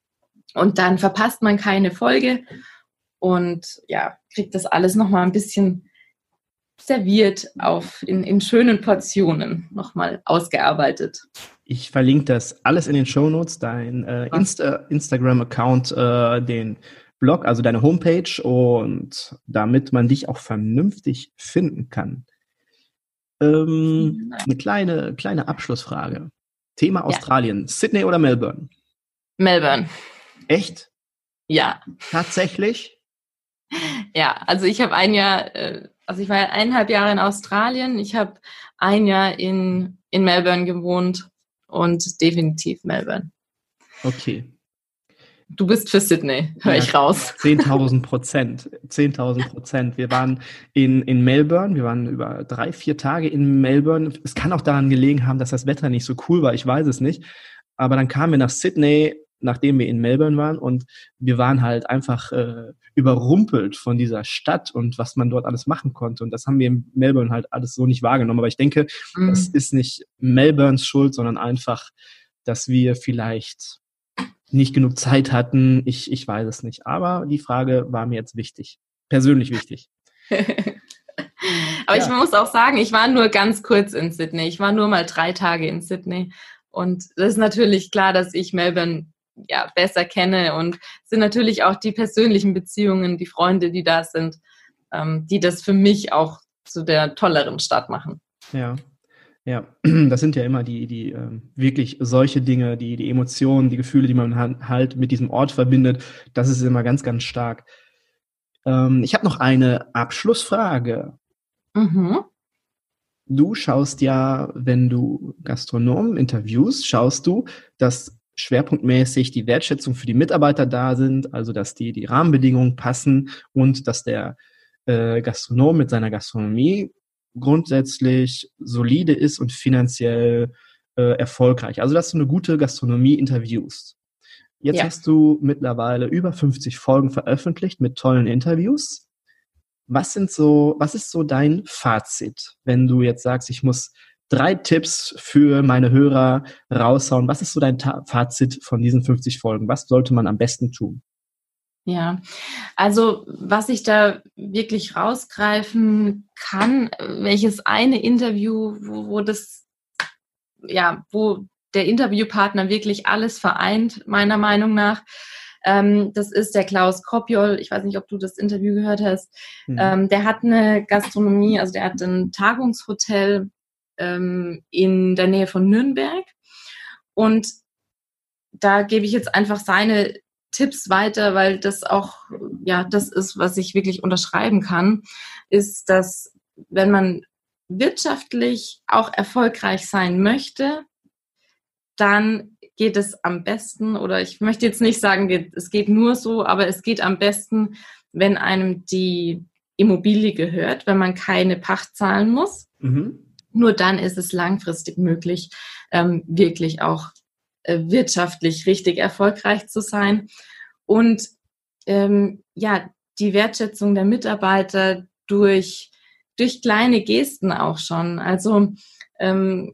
Und dann verpasst man keine Folge und ja, kriegt das alles nochmal ein bisschen serviert auf in, in schönen Portionen nochmal ausgearbeitet. Ich verlinke das alles in den Shownotes, dein äh, Insta- Instagram-Account, äh, den Blog, also deine Homepage, und damit man dich auch vernünftig finden kann. Ähm, eine kleine, kleine Abschlussfrage. Thema Australien. Ja. Sydney oder Melbourne? Melbourne. Echt? Ja. Tatsächlich? Ja, also ich habe ein Jahr, also ich war ja eineinhalb Jahre in Australien, ich habe ein Jahr in, in Melbourne gewohnt und definitiv Melbourne. Okay. Du bist für Sydney, höre ja, ich raus. zehntausend Prozent. zehntausend Prozent. Wir waren in, in Melbourne, wir waren über drei, vier Tage in Melbourne. Es kann auch daran gelegen haben, dass das Wetter nicht so cool war, ich weiß es nicht. Aber dann kamen wir nach Sydney, nachdem wir in Melbourne waren, und wir waren halt einfach äh, überrumpelt von dieser Stadt und was man dort alles machen konnte. Und das haben wir in Melbourne halt alles so nicht wahrgenommen. Aber ich denke, mhm. das ist nicht Melbournes Schuld, sondern einfach, dass wir vielleicht nicht genug Zeit hatten. Ich, ich weiß es nicht. Aber die Frage war mir jetzt wichtig. Persönlich wichtig. Aber ja. Ich muss auch sagen, ich war nur ganz kurz in Sydney. Ich war nur mal drei Tage in Sydney. Und das ist natürlich klar, dass ich Melbourne ja besser kenne, und sind natürlich auch die persönlichen Beziehungen, die Freunde, die da sind, ähm, die das für mich auch zu der tolleren Stadt machen. Ja, ja, das sind ja immer die, die ähm, wirklich solche Dinge, die, die Emotionen, die Gefühle, die man halt mit diesem Ort verbindet. Das ist immer ganz, ganz stark. Ähm, ich habe noch eine Abschlussfrage. Mhm. Du schaust ja, wenn du Gastronomen interviewst, schaust du, dass schwerpunktmäßig die Wertschätzung für die Mitarbeiter da sind, also dass die, die Rahmenbedingungen passen und dass der äh, Gastronom mit seiner Gastronomie grundsätzlich solide ist und finanziell äh, erfolgreich. Also dass du eine gute Gastronomie interviewst. Jetzt ja. hast du mittlerweile über fünfzig Folgen veröffentlicht mit tollen Interviews. Was sind so, was ist so dein Fazit, wenn du jetzt sagst, ich muss drei Tipps für meine Hörer raushauen? Was ist so dein Ta- Fazit von diesen fünfzig Folgen? Was sollte man am besten tun? Ja, also was ich da wirklich rausgreifen kann, welches eine Interview, wo, wo das, ja, wo der Interviewpartner wirklich alles vereint, meiner Meinung nach, Ähm, das ist der Klaus Kopjol. Ich weiß nicht, ob du das Interview gehört hast. Mhm. Ähm, der hat eine Gastronomie, also der hat ein Tagungshotel ähm, in der Nähe von Nürnberg. Und da gebe ich jetzt einfach seine Tipps weiter, weil das auch, ja, das ist, was ich wirklich unterschreiben kann, ist, dass wenn man wirtschaftlich auch erfolgreich sein möchte, dann geht es am besten, oder ich möchte jetzt nicht sagen, es geht nur so, aber es geht am besten, wenn einem die Immobilie gehört, wenn man keine Pacht zahlen muss. Mhm. Nur dann ist es langfristig möglich, ähm, wirklich auch äh, wirtschaftlich richtig erfolgreich zu sein. Und ähm, ja, die Wertschätzung der Mitarbeiter durch durch kleine Gesten auch schon. Also ähm,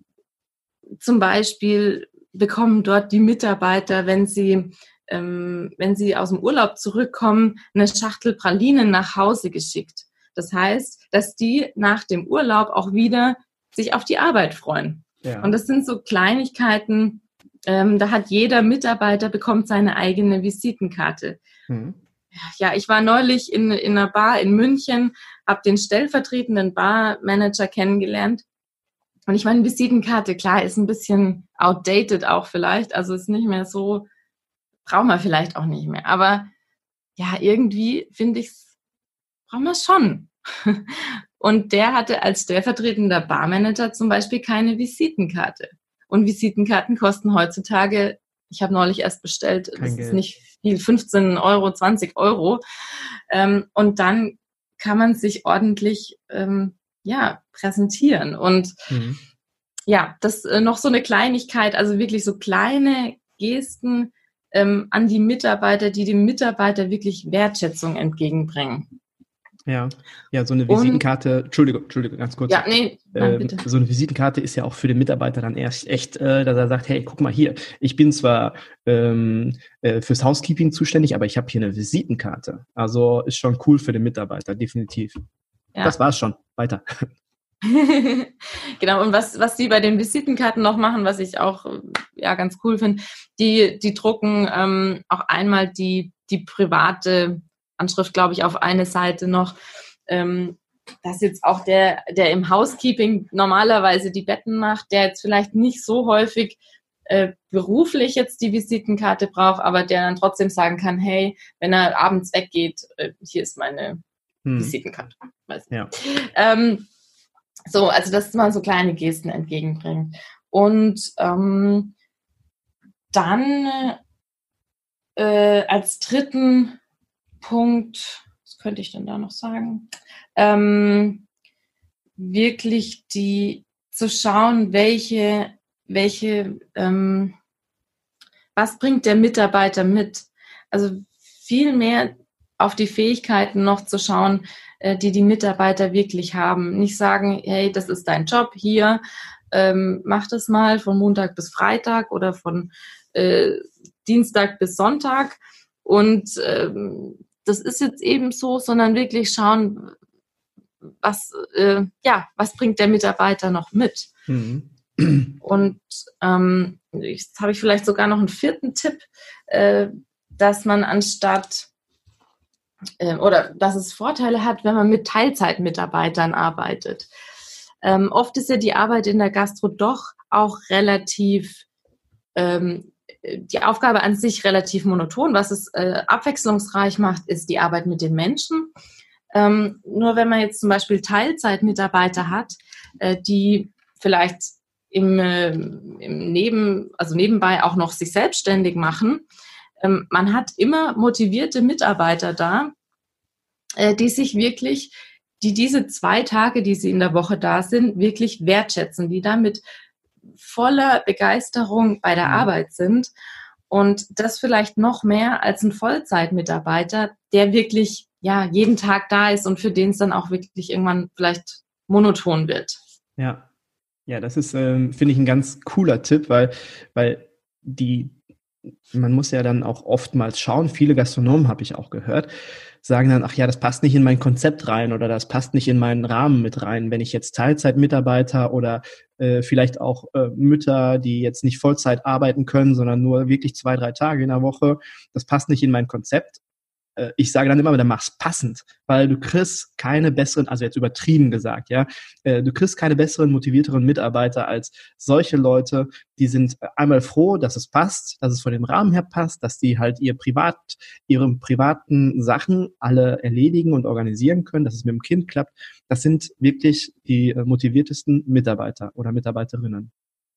zum Beispiel bekommen dort die Mitarbeiter, wenn sie, ähm, wenn sie aus dem Urlaub zurückkommen, eine Schachtel Pralinen nach Hause geschickt. Das heißt, dass die nach dem Urlaub auch wieder sich auf die Arbeit freuen. Ja. Und das sind so Kleinigkeiten, ähm, da hat jeder Mitarbeiter bekommt seine eigene Visitenkarte. Mhm. Ja, ich war neulich in, in einer Bar in München, habe den stellvertretenden Barmanager kennengelernt. Und ich meine, Visitenkarte, klar, ist ein bisschen outdated auch vielleicht. Also ist nicht mehr so, brauchen wir vielleicht auch nicht mehr. Aber ja, irgendwie finde ich es, brauchen wir es schon. Und der hatte als stellvertretender Barmanager zum Beispiel keine Visitenkarte. Und Visitenkarten kosten heutzutage, ich habe neulich erst bestellt, Kein das Geld. Ist nicht viel, fünfzehn Euro, zwanzig Euro. Ähm, und dann kann man sich ordentlich ähm, ja, präsentieren. Und mhm. ja, das äh, noch so eine Kleinigkeit, also wirklich so kleine Gesten ähm, an die Mitarbeiter, die dem Mitarbeiter wirklich Wertschätzung entgegenbringen. Ja, ja, so eine Visitenkarte, und, Entschuldigung, Entschuldigung, ganz kurz. Ja, nee, nein, ähm, bitte. So eine Visitenkarte ist ja auch für den Mitarbeiter dann erst echt, äh, dass er sagt, hey, guck mal hier, ich bin zwar ähm, äh, fürs Housekeeping zuständig, aber ich habe hier eine Visitenkarte. Also ist schon cool für den Mitarbeiter, definitiv. Ja. Das war's schon, weiter. Genau, und was, was die bei den Visitenkarten noch machen, was ich auch ja ganz cool finde, die, die drucken ähm, auch einmal die, die private Anschrift, glaube ich, auf eine Seite noch, ähm, dass jetzt auch der, der im Housekeeping normalerweise die Betten macht, der jetzt vielleicht nicht so häufig äh, beruflich jetzt die Visitenkarte braucht, aber der dann trotzdem sagen kann, hey, wenn er abends weggeht, äh, hier ist meine hm. Visitenkarte. Weiß nicht. Ja. Ähm, so, also dass man so kleine Gesten entgegenbringt. Und ähm, dann äh, als dritten Punkt, was könnte ich denn da noch sagen? Ähm, wirklich die zu schauen, welche, welche, ähm, was bringt der Mitarbeiter mit? Also viel mehr auf die Fähigkeiten noch zu schauen, äh, die die Mitarbeiter wirklich haben. Nicht sagen, hey, das ist dein Job hier, ähm, mach das mal von Montag bis Freitag oder von äh, Dienstag bis Sonntag. Und ähm, das ist jetzt eben so, sondern wirklich schauen, was, äh, ja, was bringt der Mitarbeiter noch mit. Mhm. Und ähm, jetzt habe ich vielleicht sogar noch einen vierten Tipp, äh, dass man anstatt äh, oder dass es Vorteile hat, wenn man mit Teilzeitmitarbeitern arbeitet. Ähm, oft ist ja die Arbeit in der Gastro doch auch relativ ähm, die Aufgabe an sich relativ monoton. Was es äh, abwechslungsreich macht, ist die Arbeit mit den Menschen. Ähm, nur wenn man jetzt zum Beispiel Teilzeitmitarbeiter hat, äh, die vielleicht im, äh, im Neben, also nebenbei auch noch sich selbstständig machen, ähm, man hat immer motivierte Mitarbeiter da, äh, die sich wirklich, die diese zwei Tage, die sie in der Woche da sind, wirklich wertschätzen, die damit voller Begeisterung bei der Arbeit sind und das vielleicht noch mehr als ein Vollzeitmitarbeiter, der wirklich ja jeden Tag da ist und für den es dann auch wirklich irgendwann vielleicht monoton wird. Ja, ja, das ist, ähm, finde ich, ein ganz cooler Tipp, weil, weil die, man muss ja dann auch oftmals schauen, viele Gastronomen, habe ich auch gehört, sagen dann, ach ja, das passt nicht in mein Konzept rein oder das passt nicht in meinen Rahmen mit rein. Wenn ich jetzt Teilzeitmitarbeiter oder äh, vielleicht auch äh, Mütter, die jetzt nicht Vollzeit arbeiten können, sondern nur wirklich zwei, drei Tage in der Woche, das passt nicht in mein Konzept. Ich sage dann immer, dann mach's passend, weil du kriegst keine besseren, also jetzt übertrieben gesagt, ja, du kriegst keine besseren, motivierteren Mitarbeiter als solche Leute, die sind einmal froh, dass es passt, dass es von dem Rahmen her passt, dass die halt ihr Privat, ihre privaten Sachen alle erledigen und organisieren können, dass es mit dem Kind klappt. Das sind wirklich die motiviertesten Mitarbeiter oder Mitarbeiterinnen.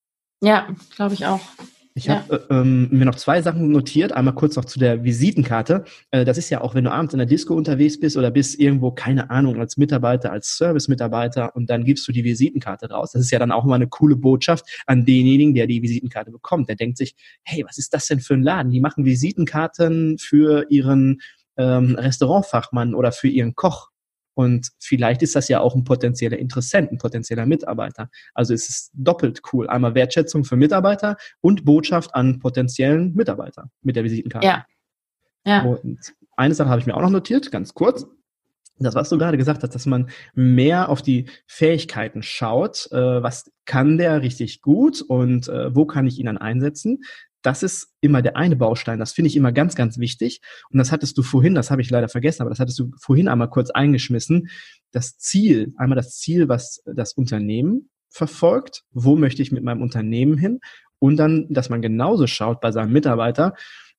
Ja, glaube ich auch. Ich habe ja. ähm, mir noch zwei Sachen notiert. Einmal kurz noch zu der Visitenkarte. Äh, das ist ja auch, wenn du abends in der Disco unterwegs bist oder bist irgendwo, keine Ahnung, als Mitarbeiter, als Service-Mitarbeiter und dann gibst du die Visitenkarte raus. Das ist ja dann auch immer eine coole Botschaft an denjenigen, der die Visitenkarte bekommt. Der denkt sich, hey, was ist das denn für ein Laden? Die machen Visitenkarten für ihren ähm, Restaurantfachmann oder für ihren Koch. Und vielleicht ist das ja auch ein potenzieller Interessent, ein potenzieller Mitarbeiter. Also es ist doppelt cool. Einmal Wertschätzung für Mitarbeiter und Botschaft an potenziellen Mitarbeiter mit der Visitenkarte. Ja. Ja. Und eine Sache habe ich mir auch noch notiert, ganz kurz. Das, was du gerade gesagt hast, dass man mehr auf die Fähigkeiten schaut. Äh, was kann der richtig gut und äh, wo kann ich ihn dann einsetzen? Das ist immer der eine Baustein. Das finde ich immer ganz, ganz wichtig. Und das hattest du vorhin, das habe ich leider vergessen, aber das hattest du vorhin einmal kurz eingeschmissen. Das Ziel, einmal das Ziel, was das Unternehmen verfolgt. Wo möchte ich mit meinem Unternehmen hin? Und dann, dass man genauso schaut bei seinem Mitarbeiter,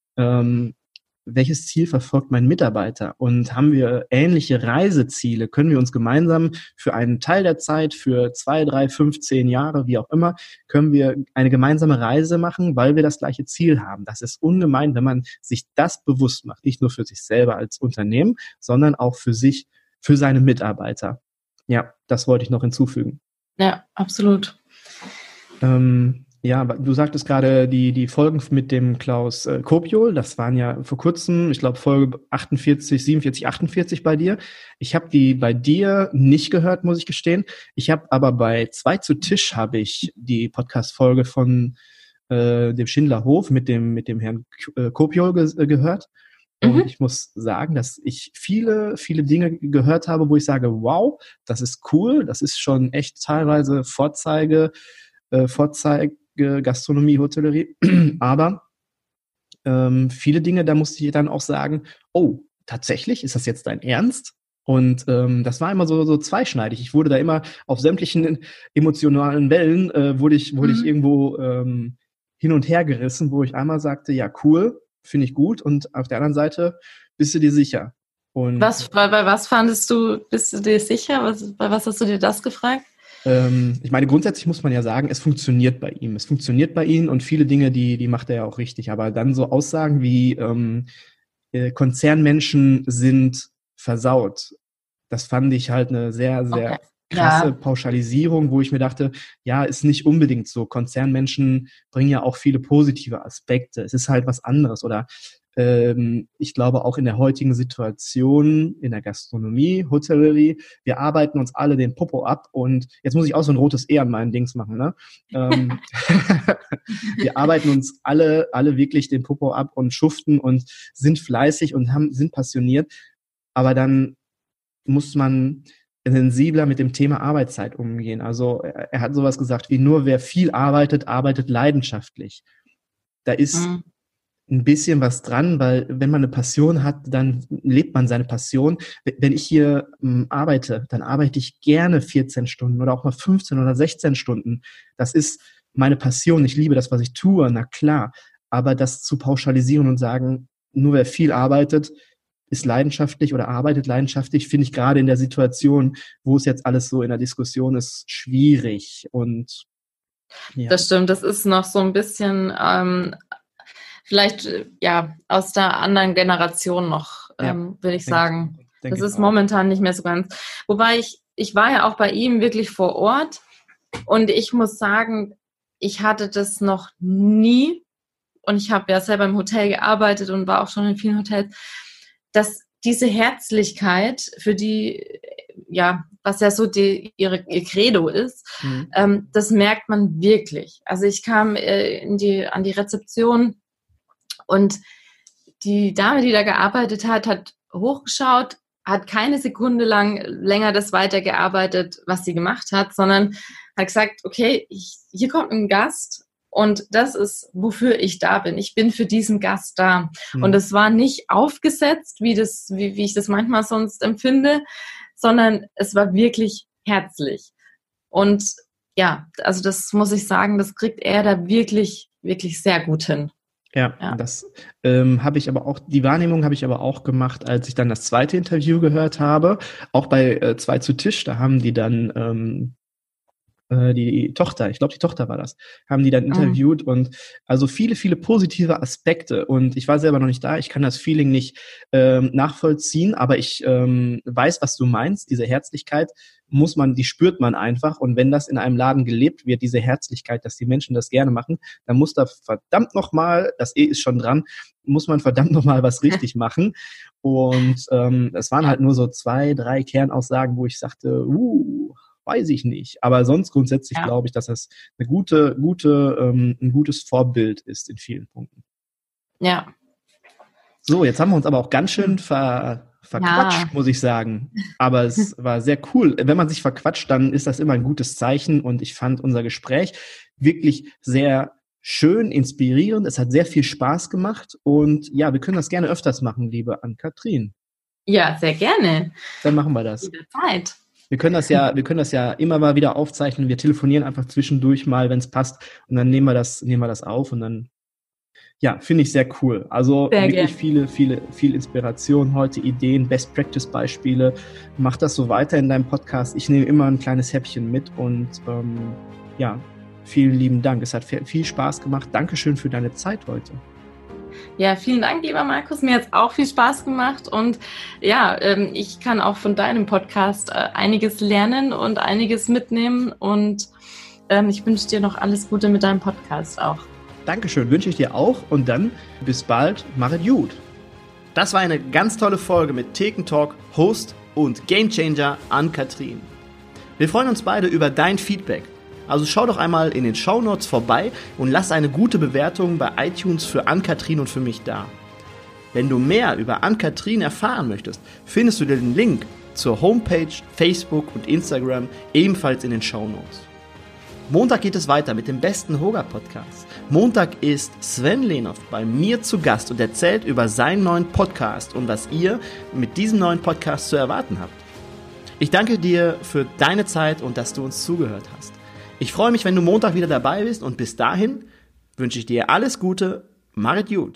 ähm, welches Ziel verfolgt mein Mitarbeiter? Und haben wir ähnliche Reiseziele? Können wir uns gemeinsam für einen Teil der Zeit, für zwei, drei, fünf, zehn Jahre, wie auch immer, können wir eine gemeinsame Reise machen, weil wir das gleiche Ziel haben? Das ist ungemein, wenn man sich das bewusst macht. Nicht nur für sich selber als Unternehmen, sondern auch für sich, für seine Mitarbeiter. Ja, das wollte ich noch hinzufügen. Ja, absolut. Ähm, Ja, du sagtest gerade die die Folgen mit dem Klaus äh, Kopiol, das waren ja vor kurzem, ich glaube Folge achtundvierzig, siebenundvierzig, achtundvierzig bei dir. Ich habe die bei dir nicht gehört, muss ich gestehen. Ich habe aber bei Zwei zu Tisch habe ich die Podcast-Folge von äh, dem Schindler Hof mit dem mit dem Herrn äh, Kopiol ge- äh, gehört. Und mhm. ich muss sagen, dass ich viele, viele Dinge gehört habe, wo ich sage, wow, das ist cool, das ist schon echt teilweise Vorzeige, äh, Vorzeige Gastronomie, Hotellerie, aber ähm, viele Dinge, da musste ich dann auch sagen, oh, tatsächlich, ist das jetzt dein Ernst? Und ähm, das war immer so, so zweischneidig. Ich wurde da immer auf sämtlichen emotionalen Wellen, äh, wurde ich, wurde mhm. ich irgendwo ähm, hin und her gerissen, wo ich einmal sagte, ja, cool, finde ich gut, und auf der anderen Seite, bist du dir sicher? Und was, bei, bei was fandest du, bist du dir sicher? Was, bei was hast du dir das gefragt? Ich meine, grundsätzlich muss man ja sagen, es funktioniert bei ihm. Es funktioniert bei ihm und viele Dinge, die, die macht er ja auch richtig. Aber dann so Aussagen wie ähm, äh, Konzernmenschen sind versaut, das fand ich halt eine sehr, sehr okay. krasse ja. Pauschalisierung, wo ich mir dachte, ja, ist nicht unbedingt so. Konzernmenschen bringen ja auch viele positive Aspekte. Es ist halt was anderes. Oder ähm, ich glaube auch in der heutigen Situation in der Gastronomie, Hotellerie, wir arbeiten uns alle den Popo ab, und jetzt muss ich auch so ein rotes E an meinen Dings machen, ne? ähm, wir arbeiten uns alle, alle wirklich den Popo ab und schuften und sind fleißig und haben, sind passioniert, aber dann muss man sensibler mit dem Thema Arbeitszeit umgehen. Also er, er hat sowas gesagt wie, nur wer viel arbeitet, arbeitet leidenschaftlich. Da ist mhm. ein bisschen was dran, weil wenn man eine Passion hat, dann lebt man seine Passion. Wenn ich hier ähm, arbeite, dann arbeite ich gerne vierzehn Stunden oder auch mal fünfzehn oder sechzehn Stunden. Das ist meine Passion. Ich liebe das, was ich tue, na klar. Aber das zu pauschalisieren und sagen, nur wer viel arbeitet, ist leidenschaftlich oder arbeitet leidenschaftlich, finde ich gerade in der Situation, wo es jetzt alles so in der Diskussion ist, schwierig. Und ja. Das stimmt, das ist noch so ein bisschen ähm, vielleicht ja aus der anderen Generation noch, ja, ähm, würde ich sagen. Denke, denke das ist momentan nicht mehr so ganz. Wobei ich, ich war ja auch bei ihm wirklich vor Ort, und ich muss sagen, ich hatte das noch nie, und ich habe ja selber im Hotel gearbeitet und war auch schon in vielen Hotels, dass diese Herzlichkeit, für die, ja, was ja so die, ihre, ihr Credo ist, mhm. ähm, das merkt man wirklich. Also ich kam äh, in die, an die Rezeption, und die Dame, die da gearbeitet hat, hat hochgeschaut, hat keine Sekunde lang länger das weitergearbeitet, was sie gemacht hat, sondern hat gesagt, okay, ich, hier kommt ein Gast und das ist, wofür ich da bin. Ich bin für diesen Gast da. Mhm. Und es war nicht aufgesetzt, wie, das, wie, wie ich das manchmal sonst empfinde, sondern es war wirklich herzlich. Und ja, also das muss ich sagen, das kriegt er da wirklich, wirklich sehr gut hin. Ja, ja, das ähm, habe ich aber auch, die Wahrnehmung habe ich aber auch gemacht, als ich dann das zweite Interview gehört habe, auch bei äh, zwei zu Tisch, da haben die dann ähm, äh, die Tochter, ich glaube die Tochter war das, haben die dann interviewt mhm. und also viele, viele positive Aspekte und ich war selber noch nicht da, ich kann das Feeling nicht ähm, nachvollziehen, aber ich ähm, weiß, was du meinst, diese Herzlichkeit muss man, die spürt man einfach und wenn das in einem Laden gelebt wird, diese Herzlichkeit, dass die Menschen das gerne machen, dann muss da verdammt nochmal, das E ist schon dran, muss man verdammt nochmal was richtig machen und ähm, es waren halt nur so zwei, drei Kernaussagen, wo ich sagte, uh, weiß ich nicht, aber sonst grundsätzlich ja. glaube ich, dass das eine gute, gute, ähm, ein gutes Vorbild ist in vielen Punkten. Ja. So, jetzt haben wir uns aber auch ganz schön ver verquatscht, ja. muss ich sagen. Aber es war sehr cool. Wenn man sich verquatscht, dann ist das immer ein gutes Zeichen. Und ich fand unser Gespräch wirklich sehr schön, inspirierend. Es hat sehr viel Spaß gemacht. Und ja, wir können das gerne öfters machen, liebe Ann-Kathrin. Ja, sehr gerne. Dann machen wir das. Zeit. Wir können das ja, wir können das ja immer mal wieder aufzeichnen. Wir telefonieren einfach zwischendurch mal, wenn es passt. Und dann nehmen wir das, nehmen wir das auf und dann ja, finde ich sehr cool. Also sehr wirklich gern. viele, viele, viel Inspiration heute, Ideen, Best-Practice-Beispiele. Mach das so weiter in deinem Podcast. Ich nehme immer ein kleines Häppchen mit und ähm, ja, vielen lieben Dank. Es hat viel Spaß gemacht. Dankeschön für deine Zeit heute. Ja, vielen Dank, lieber Markus. Mir hat es auch viel Spaß gemacht und ja, ähm, ich kann auch von deinem Podcast äh, einiges lernen und einiges mitnehmen und ähm, ich wünsche dir noch alles Gute mit deinem Podcast auch. Dankeschön, wünsche ich dir auch und dann bis bald, mach es gut. Das war eine ganz tolle Folge mit Thekentalk, Host und Gamechanger Ann-Kathrin. Wir freuen uns beide über dein Feedback. Also schau doch einmal in den Shownotes vorbei und lass eine gute Bewertung bei iTunes für Ann-Kathrin und für mich da. Wenn du mehr über Ann-Kathrin erfahren möchtest, findest du den Link zur Homepage, Facebook und Instagram ebenfalls in den Shownotes. Montag geht es weiter mit dem besten Hoga-Podcast. Montag ist Sven Lehnow bei mir zu Gast und erzählt über seinen neuen Podcast und was ihr mit diesem neuen Podcast zu erwarten habt. Ich danke dir für deine Zeit und dass du uns zugehört hast. Ich freue mich, wenn du Montag wieder dabei bist und bis dahin wünsche ich dir alles Gute, mach es gut.